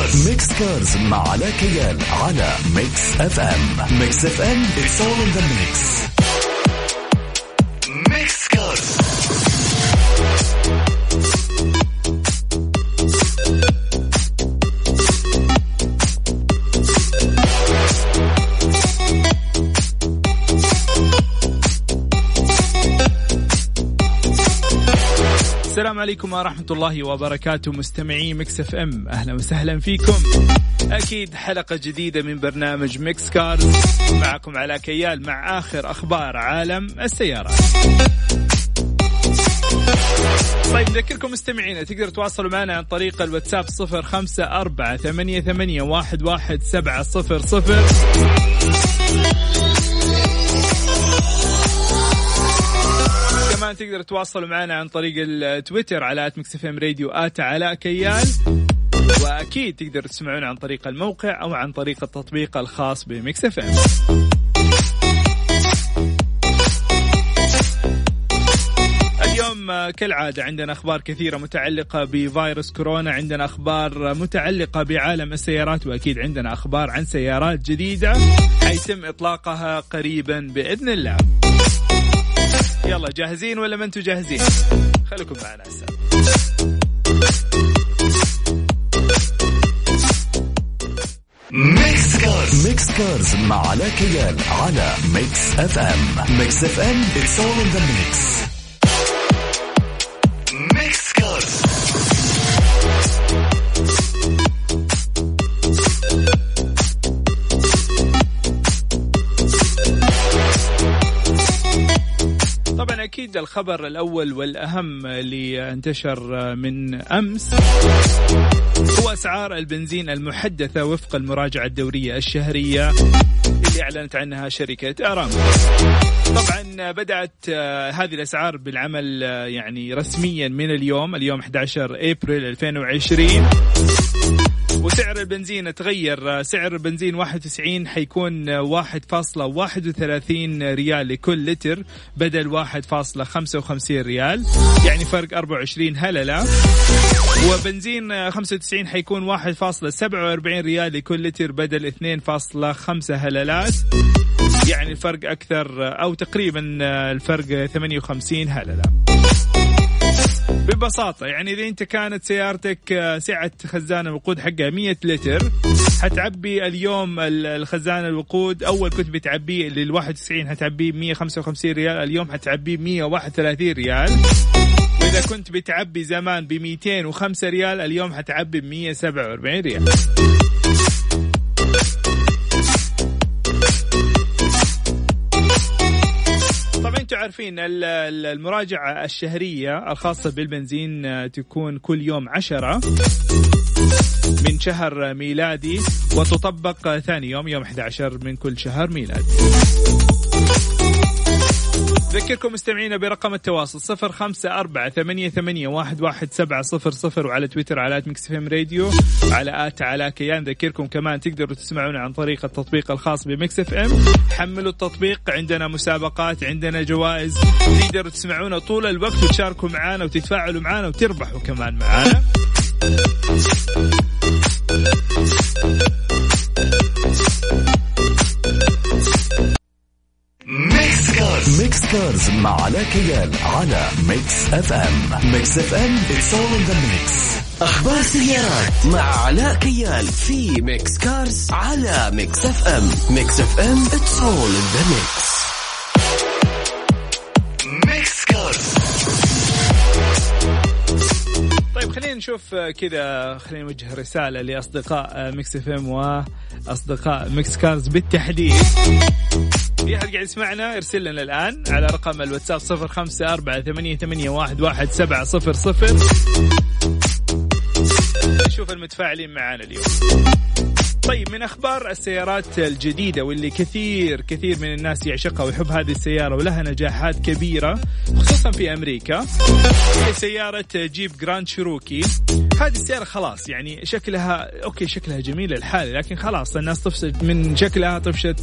ميكس كارز مع علاء كيال على ميكس اف ام. ميكس اف ام it's all in the mix. ميكس كارز. السلام عليكم ورحمة الله وبركاته مستمعي ميكس اف ام، أهلا وسهلا فيكم. أكيد حلقة جديدة من برنامج ميكس كارز، معكم علاء كيال مع آخر أخبار عالم السيارات. طيب نذكركم مستمعينا تقدروا تواصلوا معنا عن طريق الواتساب 0548811700. كمان تقدروا تواصلوا معنا عن طريق التويتر على @mixfmradio @علاء كيال، وأكيد تقدروا تسمعونا عن طريق الموقع أو عن طريق التطبيق الخاص بميكس اف ام. اليوم كالعادة عندنا أخبار كثيرة متعلقة بفيروس كورونا، عندنا أخبار متعلقة بعالم السيارات، وأكيد عندنا أخبار عن سيارات جديدة حيتم إطلاقها قريبا بإذن الله. يلا جاهزين ولا ما انتوا جاهزين؟ خليكم معنا هسه. ميكس كارز. ميكس كارز مع علاء كيال على ميكس اف ام. ميكس اف ام it's all in the mix. ميكس كارز. طبعا أكيد الخبر الأول والأهم اللي انتشر من أمس هو أسعار البنزين المحدثة وفق المراجعة الدورية الشهرية اللي أعلنت عنها شركة أرامكو. طبعا بدأت هذه الأسعار بالعمل يعني رسميا من اليوم 11 أبريل 2020. وسعر البنزين تغير، سعر البنزين 91 حيكون 1.31 ريال لكل لتر بدل 1.55 ريال، يعني فرق 24 هللة. وبنزين 95 حيكون 1.47 ريال لكل لتر بدل 2.5 هللات، يعني الفرق أكثر أو تقريبا الفرق 58 هللة. ببساطة يعني إذا أنت كانت سيارتك سعة خزان الوقود حقها 100 لتر، هتعبي اليوم الخزان الوقود أول كنت بتعبيه لل91 هتعبيه 155 ريال، اليوم هتعبيه 131 ريال. وإذا كنت بتعبي زمان ب205 ريال، اليوم هتعبي 147 ريال. طبعا انتم عارفين المراجعة الشهرية الخاصة بالبنزين تكون كل يوم 10 من شهر ميلادي، وتطبق ثاني يوم 11 من كل شهر ميلادي. ذكركم مستمعينا برقم التواصل 0548811700 وعلى تويتر على @mixfmradio على @علاء كيال. ذكركم كمان تقدروا تسمعونا عن طريق التطبيق الخاص بميكس اف ام. حملوا التطبيق، عندنا مسابقات، عندنا جوائز، تقدروا تسمعونا طول الوقت وتشاركوا معنا وتتفاعلوا معنا وتربحوا كمان معنا. ميكس كارز مع علاء كيال على ميكس اف ام. ميكس اف ام it's all in the mix. أخبار سيارات مع علاء كيال في ميكس كارز على ميكس اف ام. ميكس اف ام it's all in the mix. ميكس كارز. طيب خلينا نشوف كذا، خلينا نوجه رسالة لأصدقاء ميكس اف ام وأصدقاء ميكس كارز بالتحديد. في أحد قاعد يسمعنا ارسل لنا الآن على رقم الواتساب 0548811700. نشوف المتفاعلين معنا اليوم. طيب من أخبار السيارات الجديدة واللي كثير من الناس يعشقها ويحب هذه السيارة ولها نجاحات كبيرة خصوصا في أمريكا، هي سيارة جيب جراند شيروكي. هذه السيارة خلاص يعني شكلها أوكي، شكلها جميل الحالي، لكن خلاص الناس طفشت من شكلها، طفشت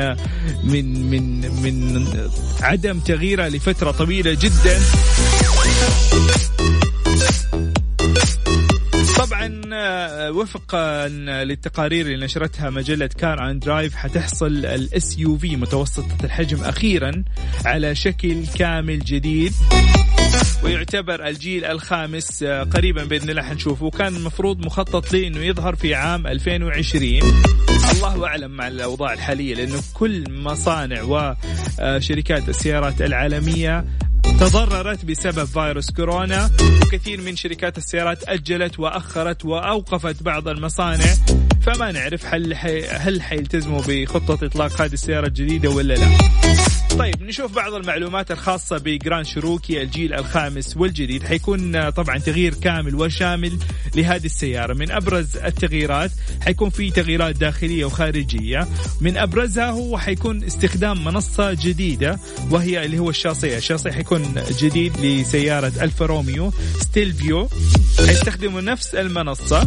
من عدم تغييرها لفترة طويلة جدا. طبعا وفقا للتقارير اللي نشرتها مجلة كار أند درايف حتحصل الاس يو في متوسطة الحجم أخيرا على شكل كامل جديد، ويعتبر الجيل الخامس قريبا بإذن الله حنشوفه. كان المفروض مخطط لي أنه يظهر في عام 2020. الله أعلم مع الأوضاع الحالية، لأنه كل مصانع وشركات السيارات العالمية تضررت بسبب فيروس كورونا، وكثير من شركات السيارات أجلت وأخرت وأوقفت بعض المصانع، فما نعرف هل حيلتزموا بخطة إطلاق هذه السيارة الجديدة ولا لا. طيب نشوف بعض المعلومات الخاصة بجراند شيروكي الجيل الخامس والجديد. حيكون طبعا تغيير كامل وشامل لهذه السيارة. من أبرز التغييرات حيكون في تغييرات داخلية وخارجية. من أبرزها هو حيكون استخدام منصة جديدة، وهي اللي هو الشاصية حيكون جديد لسيارة ألفا روميو ستيلفيو، حيستخدموا نفس المنصة.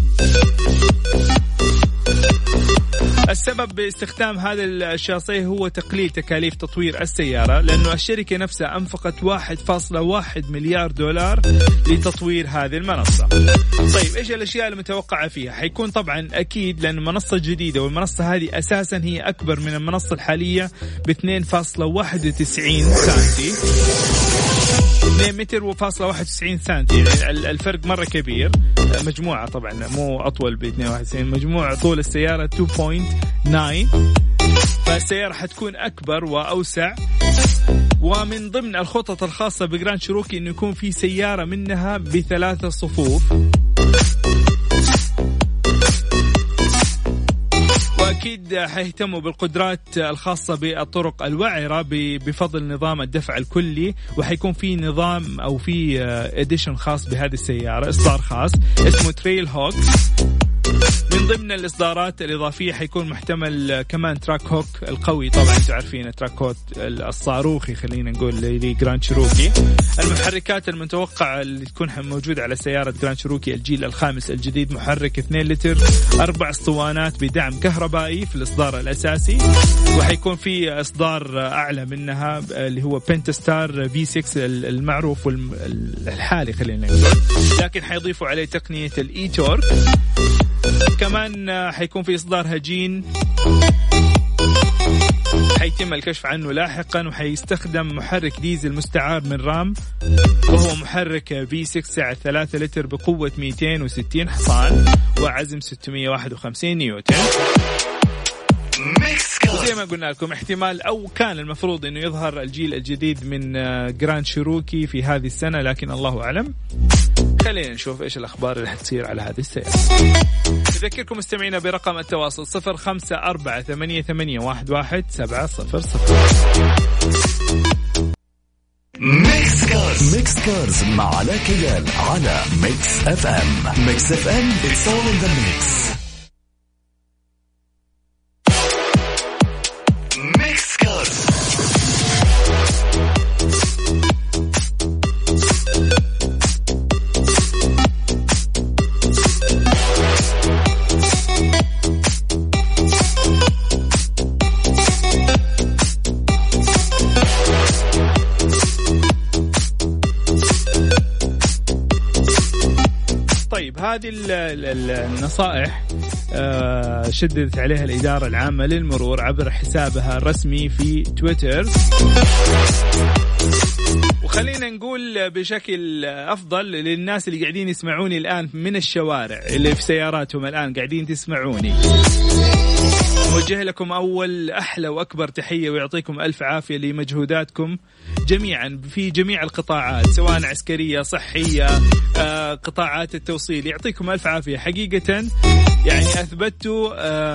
السبب باستخدام هذا الشاصيه هو تقليل تكاليف تطوير السيارة، لأنه الشركة نفسها أنفقت 1.1 مليار دولار لتطوير هذه المنصة. طيب إيش الأشياء المتوقعة فيها؟ حيكون طبعا أكيد لأن منصة جديدة، والمنصة هذه أساسا هي أكبر من المنصة الحالية ب 2.91 سنتي، 2 متر و91 سنتي، يعني الفرق مرة كبير. مجموعة طبعا مو أطول ب 92، مجموعة طول السيارة 2.9، فالسيارة حتكون أكبر وأوسع. ومن ضمن الخطط الخاصة بجراند شيروكي إنه يكون في سيارة منها ب3 صفوف، وأكيد حيهتموا بالقدرات الخاصة بالطرق الوعرة بفضل نظام الدفع الكلي، وحيكون في نظام أو في إديشن خاص بهذه السيارة، إصدار خاص اسمه تريل هوك. من ضمن الإصدارات الإضافية حيكون محتمل كمان تراك هوك القوي، طبعا انتم عارفين تراك هوك الصاروخي خلينا نقول لجراند شيروكي. المحركات المتوقعة اللي تكون موجودة على سيارة جراند شيروكي الجيل الخامس الجديد، محرك 2 لتر 4 اسطوانات بدعم كهربائي في الإصدار الأساسي، وحيكون في إصدار أعلى منها اللي هو بنتستار V6 المعروف والحالي خلينا نقول، لكن حيضيفوا عليه تقنية الإي تورك. كمان حيكون في إصدار هجين حيتم الكشف عنه لاحقا، وحيستخدم محرك ديزل مستعار من رام، وهو محرك V6 سعة 3 لتر بقوة 260 حصان وعزم 651 نيوتن. زي ما قلنا لكم احتمال أو كان المفروض أنه يظهر الجيل الجديد من جراند شيروكي في هذه السنة، لكن الله أعلم. خلينا نشوف إيش الأخبار اللي حتصير على هذه السيارة. أذكركم مستمعينا برقم التواصل 0548811700. ميكس كارز مع علاء كيال على ميكس اف ام. ميكس اف ام it's all in the mix. ميكس كارز. طيب هذه النصائح شددت عليها الإدارة العامة للمرور عبر حسابها الرسمي في تويتر، وخلينا نقول بشكل أفضل للناس اللي قاعدين يسمعوني الآن من الشوارع، اللي في سياراتهم الآن قاعدين تسمعوني، وجه لكم أول أحلى وأكبر تحية، ويعطيكم ألف عافية لمجهوداتكم جميعا في جميع القطاعات، سواء عسكرية صحية قطاعات التوصيل. يعطيكم ألف عافية حقيقة، يعني أثبتوا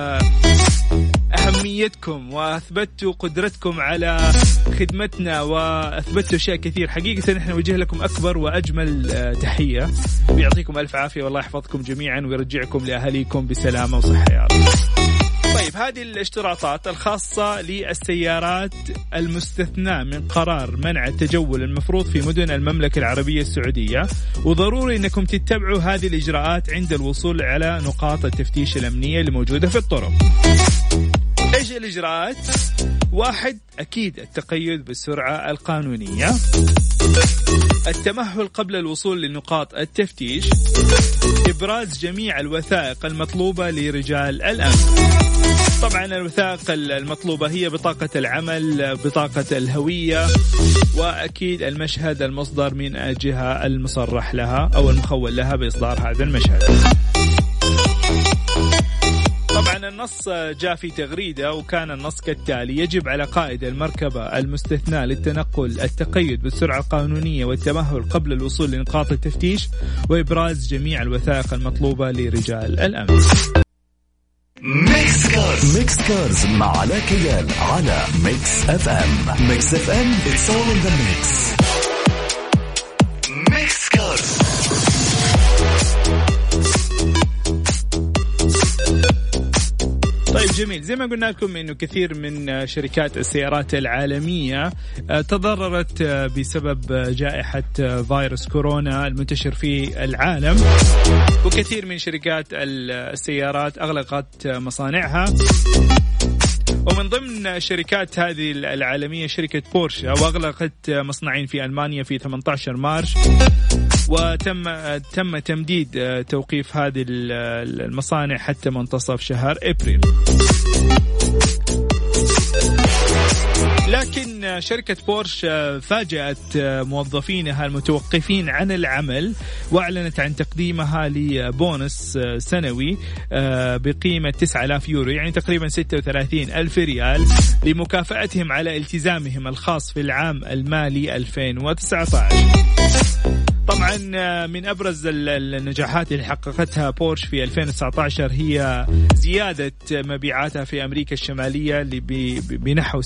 أهميتكم وأثبتوا قدرتكم على خدمتنا وأثبتوا أشياء كثير. حقيقة نحن نوجه لكم أكبر وأجمل تحية، ويعطيكم ألف عافية والله يحفظكم جميعا ويرجعكم لأهليكم بسلامة وصحة يا رب. طيب هذه الاشتراطات الخاصة للسيارات المستثناة من قرار منع التجول المفروض في مدن المملكة العربية السعودية، وضروري أنكم تتبعوا هذه الإجراءات عند الوصول على نقاط التفتيش الأمنية اللي موجودة في الطرق. إيش الإجراءات؟ 1. أكيد التقيد بالسرعة القانونية، التمهل قبل الوصول لنقاط التفتيش، إبراز جميع الوثائق المطلوبة لرجال الأمن. طبعا الوثائق المطلوبة هي بطاقة العمل، بطاقة الهوية، وأكيد المشهد المصدر من الجهة المصرح لها أو المخول لها بإصدار هذا المشهد. طبعا النص جاء في تغريدة وكان النص كالتالي: يجب على قائد المركبة المستثنى للتنقل التقيد بالسرعة القانونية والتمهل قبل الوصول لنقاط التفتيش وإبراز جميع الوثائق المطلوبة لرجال الأمن. ميكس كارز مع علاء كيال على ميكس اف ام. ميكس اف ام it's all in the mix. ميكس كارز. طيب جميل، زي ما قلنا لكم إنه كثير من شركات السيارات العالمية تضررت بسبب جائحة فيروس كورونا المنتشر في العالم، وكثير من شركات السيارات أغلقت مصانعها. ومن ضمن شركات هذه العالمية شركة بورشة، وأغلقت مصنعين في ألمانيا في 18 مارس، وتم تمديد توقيف هذه المصانع حتى منتصف شهر أبريل. لكن شركة بورش فاجأت موظفينها المتوقفين عن العمل، وأعلنت عن تقديمها لبونس سنوي بقيمة 9000 يورو، يعني تقريبا 36,000 ريال، لمكافأتهم على التزامهم الخاص في العام المالي 2019. طبعا من أبرز النجاحات اللي حققتها بورش في 2019 هي زيادة مبيعاتها في أمريكا الشمالية اللي بنحو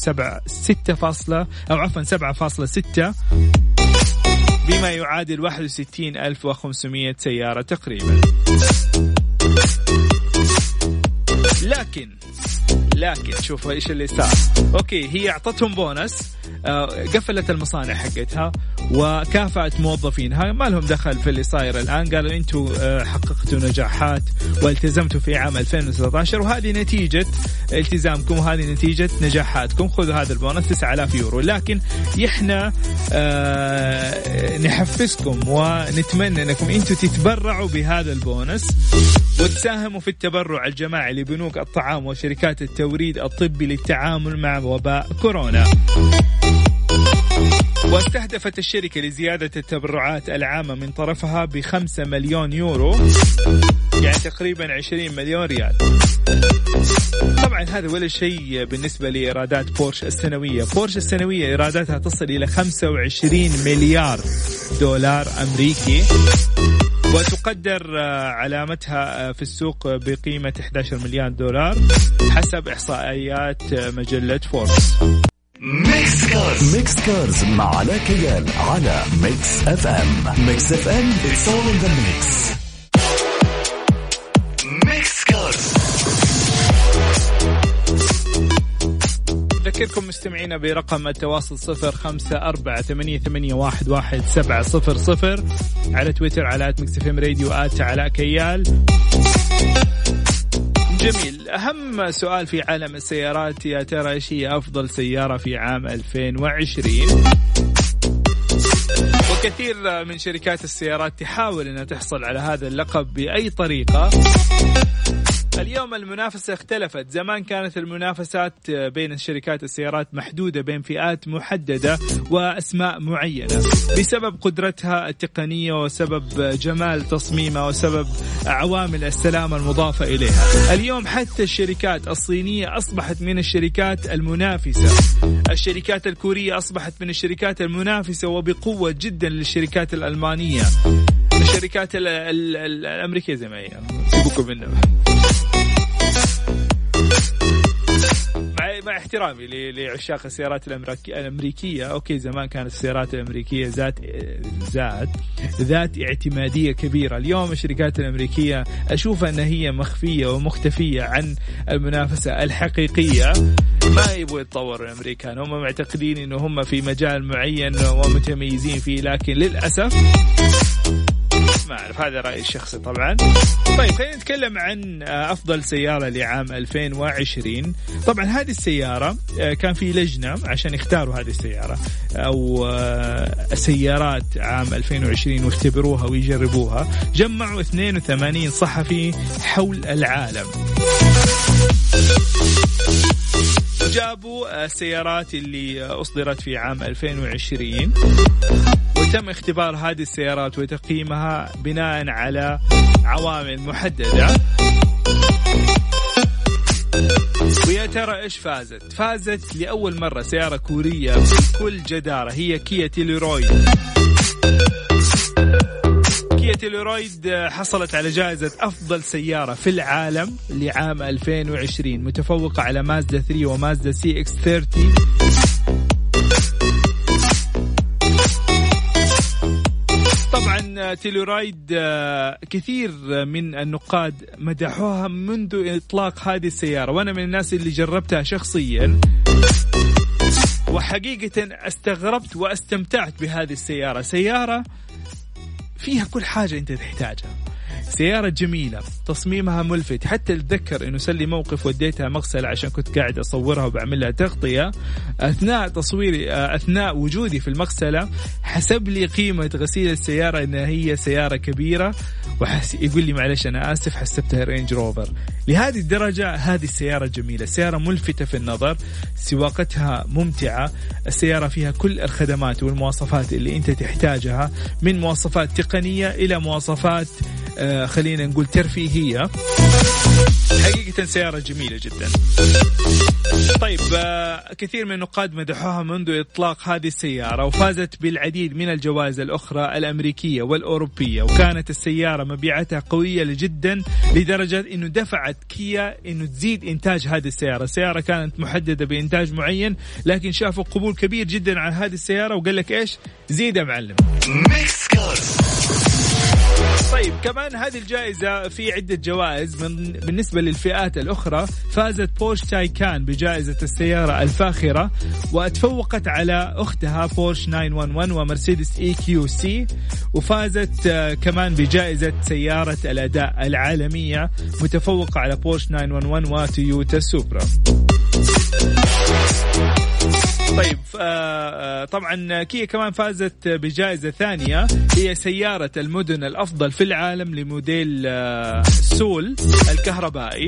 7.6 بما يعادل 61,500 سيارة تقريبا. لكن شوفوا إيش اللي صار. أوكي، هي أعطتهم بونس، قفلت المصانع حقتها وكافأت موظفينها، ما لهم دخل في اللي صاير الآن. قالوا أنتوا حققتوا نجاحات والتزمتوا في عام 2019، وهذه نتيجة التزامكم وهذه نتيجة نجاحاتكم، خذوا هذا البونس 9000 يورو. لكن إحنا نحفزكم ونتمنى أنكم أنتوا تتبرعوا بهذا البونس وتساهموا في التبرع الجماعي لبنوك الطعام وشركات التوريد الطبي للتعامل مع وباء كورونا. واستهدفت الشركة لزيادة التبرعات العامة من طرفها ب5 مليون يورو، يعني تقريبا 20 مليون ريال. طبعا هذا ولا شيء بالنسبة لإيرادات بورش السنوية. بورش السنوية إيراداتها تصل إلى 25 مليار دولار أمريكي، وتقدر علامتها في السوق بقيمة 11 مليار دولار حسب إحصائيات مجلة فوربس. ميكس كارز مع علاء كيال على ميكس اف ام. ميكس اف ام it's all in the mix. ميكس كارز. أذكركم مستمعين برقم التواصل 0548811700 على تويتر على @ميكسفم راديو @علاء كيال. جميل، أهم سؤال في عالم السيارات، يا ترى إيش هي أفضل سيارة في عام 2020؟ وكثير من شركات السيارات تحاول أن تحصل على هذا اللقب بأي طريقة. اليوم المنافسة اختلفت. زمان كانت المنافسات بين الشركات السيارات محدودة بين فئات محددة وأسماء معينة بسبب قدرتها التقنية وسبب جمال تصميمها وسبب عوامل السلامة المضافة إليها. اليوم حتى الشركات الصينية أصبحت من الشركات المنافسة، الشركات الكورية أصبحت من الشركات المنافسة وبقوة جدا للشركات الألمانية، الشركات الأمريكية زي ما هي، سيبوكم منها. مع احترامي لعشاق السيارات الأمريكية، أوكي زمان كانت السيارات الأمريكية ذات اعتمادية كبيرة. اليوم الشركات الأمريكية أشوف أن هي مخفية ومختفية عن المنافسة الحقيقية. ما يبغوا يتطوروا الأمريكان، هم معتقدين أنه هم في مجال معين ومتميزين فيه، لكن للأسف ما أعرف، هذا رأيي الشخصي طبعا. طيب خلينا نتكلم عن أفضل سيارة لعام 2020. طبعا هذه السيارة كان في لجنة عشان يختاروا هذه السيارة أو سيارات عام 2020 واختبروها ويجربوها. جمعوا 82 صحفي حول العالم، جابوا السيارات اللي أصدرت في عام 2020 وتم اختبار هذه السيارات وتقييمها بناء على عوامل محددة. ويا ترى إيش فازت؟ فازت لأول مرة سيارة كورية بكل جدارة، هي كيا تيلورويد. كيا تيلورويد حصلت على جائزة أفضل سيارة في العالم لعام 2020، متفوقة على مازدا 3 ومازدا CX-30. طبعا تيلورويد كثير من النقاد مدحوها منذ إطلاق هذه السيارة، وأنا من الناس اللي جربتها شخصيا، وحقيقة استغربت واستمتعت بهذه السيارة. سيارة فيها كل حاجة أنت تحتاجها، سيارة جميلة، تصميمها ملفت. حتى أتذكر إنه سلي موقف وديتها مغسلة عشان كنت قاعد أصورها وبعملها تغطية. أثناء تصويري أثناء وجودي في المغسلة حسب لي قيمة غسيل السيارة إنها هي سيارة كبيرة، يقول لي معلش أنا آسف حسبتها رينج روفر. لهذه الدرجة هذه السيارة جميلة، سيارة ملفتة في النظر، سواقتها ممتعة، السيارة فيها كل الخدمات والمواصفات اللي أنت تحتاجها، من مواصفات تقنية إلى مواصفات خلينا نقول ترفيهية. حقيقة سيارة جميلة جدا. طيب كثير من النقاد مدحوها منذ إطلاق هذه السيارة، وفازت بالعديد من الجوائز الأخرى الأمريكية والأوروبية، وكانت السيارة مبيعاتها قوية جدا لدرجة إنه دفعت كيا إنه تزيد إنتاج هذه السيارة. السيارة كانت محددة بإنتاج معين، لكن شافوا قبول كبير جدا على هذه السيارة وقال لك إيش زيد يا معلم. طيب كمان هذه الجائزة في عدة جوائز بالنسبة للفئات الأخرى. فازت بورش تايكان بجائزة السيارة الفاخرة، وتفوقت على أختها بورش 911 ومرسيدس EQC، وفازت كمان بجائزة سيارة الأداء العالمية، متفوقة على بورش 911 وتويوتا سوبرا. طيب طبعا كيا كمان فازت بجائزة ثانية، هي سيارة المدن الأفضل في العالم لموديل سول الكهربائي.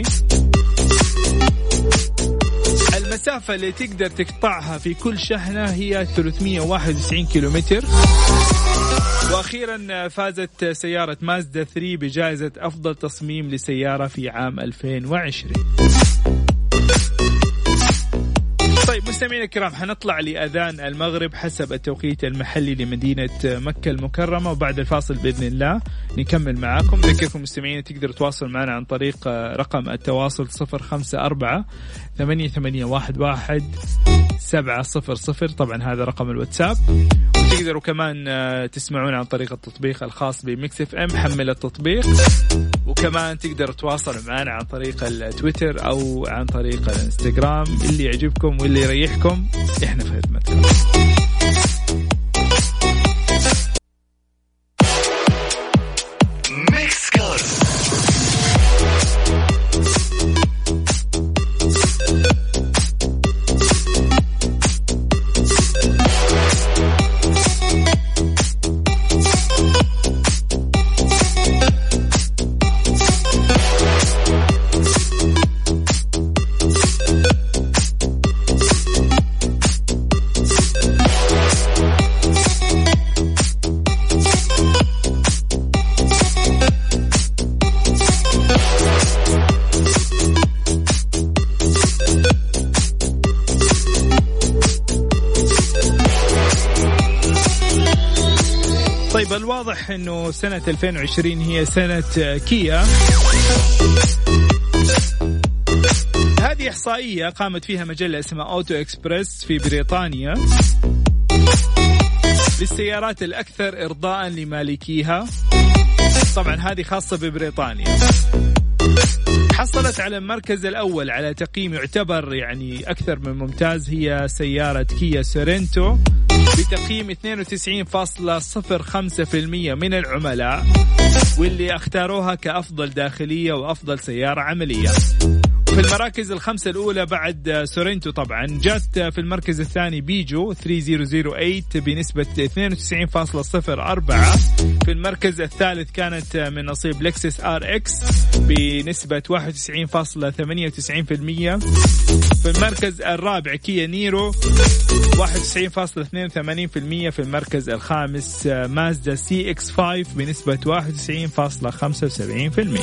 المسافة اللي تقدر تقطعها في كل شحنة هي 391 كيلومتر. وأخيرا فازت سيارة مازدا 3 بجائزة أفضل تصميم لسيارة في عام 2020. طيب مستمعينا الكرام، حنطلع لأذان المغرب حسب التوقيت المحلي لمدينة مكة المكرمة، وبعد الفاصل بإذن الله نكمل معاكم. ذكركم مستمعينا تقدروا تواصل معنا عن طريق رقم التواصل 0548811700. طبعا هذا رقم الواتساب. تقدروا كمان تسمعون عن طريق التطبيق الخاص بميكس اف ام، حمل التطبيق. وكمان تقدروا تواصلوا معنا عن طريق التويتر أو عن طريق الانستغرام، اللي يعجبكم واللي يريحكم احنا في خدمتكم. طيب الواضح أنه سنة 2020 هي سنة كيا. هذه إحصائية قامت فيها مجلة اسمها أوتو إكسبرس في بريطانيا للسيارات الأكثر إرضاء لمالكيها. طبعا هذه خاصة ببريطانيا. حصلت حصلت على المركز الأول على تقييم يعتبر يعني أكثر من ممتاز هي سيارة كيا سورنتو بتقييم 92.05% من العملاء، واللي اختاروها كأفضل داخلية وأفضل سيارة عملية. في المراكز الخمسة الأولى بعد سورنتو طبعا جات في المركز الثاني بيجو 3008 بنسبة 92.04. في المركز الثالث كانت من نصيب لكسس RX بنسبة 91.98%. في المركز الرابع كيا نيرو 91.82%. في المركز الخامس مازدا CX-5 بنسبة 91.75%.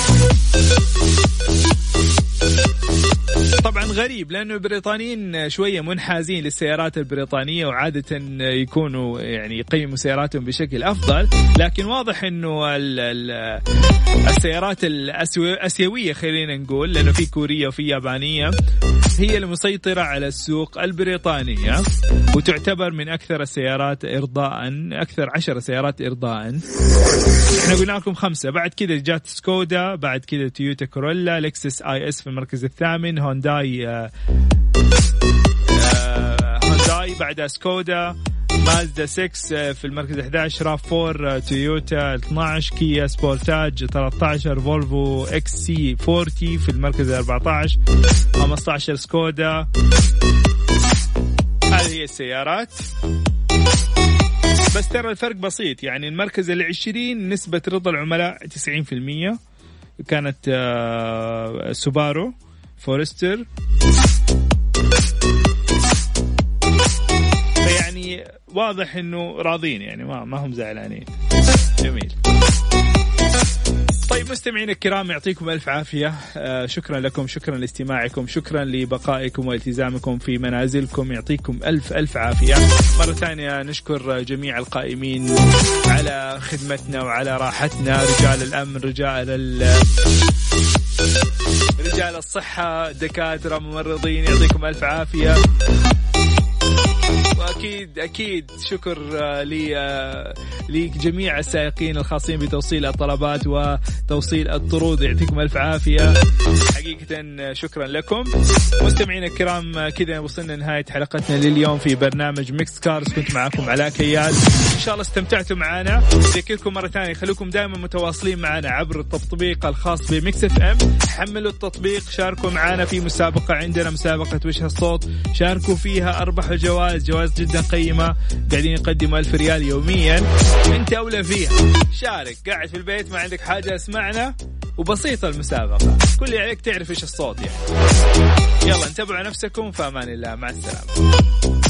طبعا غريب لأنه البريطانيين شوية منحازين للسيارات البريطانية وعادة يكونوا يعني يقيموا سياراتهم بشكل أفضل، لكن واضح أنه السيارات الأسيوية خلينا نقول، لأنه في كورية وفي يابانية، هي المسيطرة على السوق البريطانية وتعتبر من أكثر السيارات إرضاء، أكثر 10 سيارات إرضاء. احنا قلنا لكم 5، بعد كده جات سكودا، بعد كده تويوتا كورولا، لكسس IS في المركز الثامن، هونداي بعدها سكودا، مازدا 6 في المركز 11، راف 4 تويوتا 12، كيا سبورتاج 13، فولفو XC40 في المركز 14، 15 سكودا. هذه هي السيارات، بس ترى الفرق بسيط. يعني المركز 20 نسبة رضا العملاء 90% كانت سوبارو فورستر، يعني واضح انه راضين، يعني ما هم زعلانين. جميل. طيب مستمعينا الكرام يعطيكم ألف عافية، شكرا لكم، شكرا لاستماعكم، شكرا لبقائكم والتزامكم في منازلكم، يعطيكم ألف عافية. مرة ثانية نشكر جميع القائمين على خدمتنا وعلى راحتنا، رجال الأمن، رجال الصحة، دكاترة، ممرضين، يعطيكم ألف عافية. وأكيد شكر لجميع السائقين الخاصين بتوصيل الطلبات وتوصيل الطرود، يعطيكم ألف عافية حقيقة، شكرا لكم. مستمعين الكرام كذا وصلنا نهاية حلقتنا لليوم في برنامج ميكس كارز، كنت معكم علاء كيال، إن شاء الله استمتعتوا معنا. أذكركم مرة ثانية خلوكم دائما متواصلين معنا عبر التطبيق الخاص بميكس اف ام، حملوا التطبيق، شاركوا معنا في مسابقة، عندنا مسابقة وجه الصوت، شاركوا فيها، أربحوا جوائز جدا قيمة، قاعدين نقدم 1000 ريال يوميا، انت أولى فيها. شارك، قاعد في البيت ما عندك حاجة، اسمعنا، وبسيطة المسابقة، كل اللي عليك تعرف ايش الصوت يعني. يلا انتبهوا نفسكم، في أمان الله، مع السلامة.